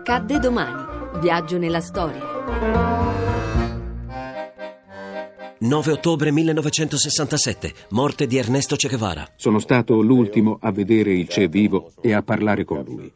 Accadde domani. Viaggio nella storia. 9 ottobre 1967, morte di Ernesto Che Guevara. Sono stato l'ultimo a vedere il Che vivo e a parlare con lui.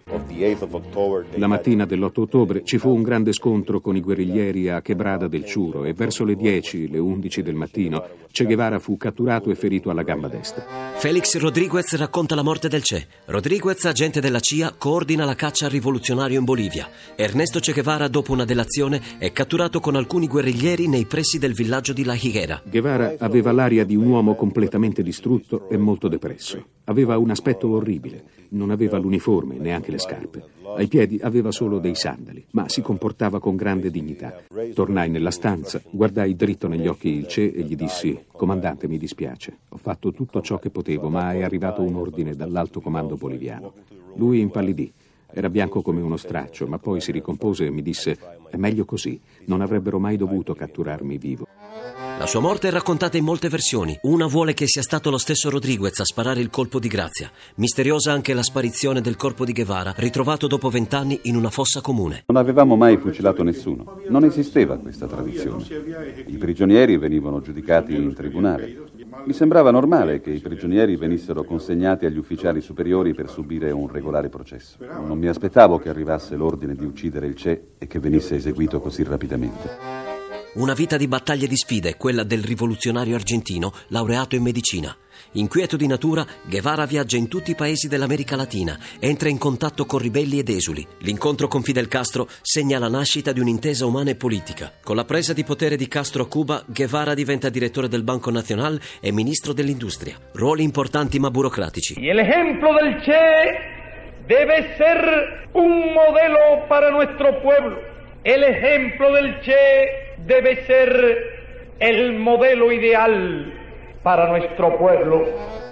La mattina dell'8 ottobre ci fu un grande scontro con i guerriglieri a Quebrada del Churo e verso le 10, le 11 del mattino, Che Guevara fu catturato e ferito alla gamba destra. Félix Rodríguez racconta la morte del Che. Rodríguez, agente della CIA, coordina la caccia al rivoluzionario in Bolivia. Ernesto Che Guevara, dopo una delazione, è catturato con alcuni guerriglieri nei pressi del villaggio di La Higuera. Guevara aveva l'aria di un uomo completamente distrutto e molto depresso. Aveva un aspetto orribile. Non aveva l'uniforme, neanche le scarpe. Ai piedi aveva solo dei sandali, ma si comportava con grande dignità. Tornai nella stanza, guardai dritto negli occhi il Che e gli dissi: «Comandante, mi dispiace. Ho fatto tutto ciò che potevo, ma è arrivato un ordine dall'alto comando boliviano». Lui impallidì. Era bianco come uno straccio, ma poi si ricompose e mi disse: «È meglio così. Non avrebbero mai dovuto catturarmi vivo». La sua morte è raccontata in molte versioni. Una vuole che sia stato lo stesso Rodríguez a sparare il colpo di grazia. Misteriosa anche la sparizione del corpo di Guevara, ritrovato dopo 20 anni in una fossa comune. Non avevamo mai fucilato nessuno. Non esisteva questa tradizione. I prigionieri venivano giudicati in tribunale. Mi sembrava normale che i prigionieri venissero consegnati agli ufficiali superiori per subire un regolare processo. Non mi aspettavo che arrivasse l'ordine di uccidere il Che e che venisse eseguito così rapidamente. Una vita di battaglie e di sfide, quella del rivoluzionario argentino, laureato in medicina. Inquieto di natura, Guevara viaggia in tutti i paesi dell'America Latina, entra in contatto con ribelli ed esuli. L'incontro con Fidel Castro segna la nascita di un'intesa umana e politica. Con la presa di potere di Castro a Cuba, Guevara diventa direttore del Banco Nacional e ministro dell'Industria. Ruoli importanti ma burocratici. Y el ejemplo del Che debe ser un modelo para nuestro pueblo. El ejemplo del Che debe ser el modelo ideal para nuestro pueblo.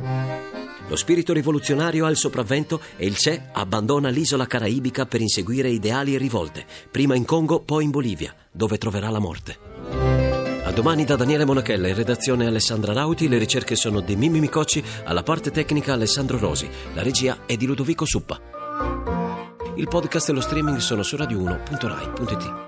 Lo spirito rivoluzionario ha il sopravvento e il Che abbandona l'isola caraibica per inseguire ideali e rivolte, prima in Congo, poi in Bolivia, dove troverà la morte. A domani da Daniele Monachella, in redazione Alessandra Rauti, le ricerche sono di Mimmi Micocci, alla parte tecnica Alessandro Rosi, la regia è di Ludovico Suppa. Il podcast e lo streaming sono su radio1.rai.it.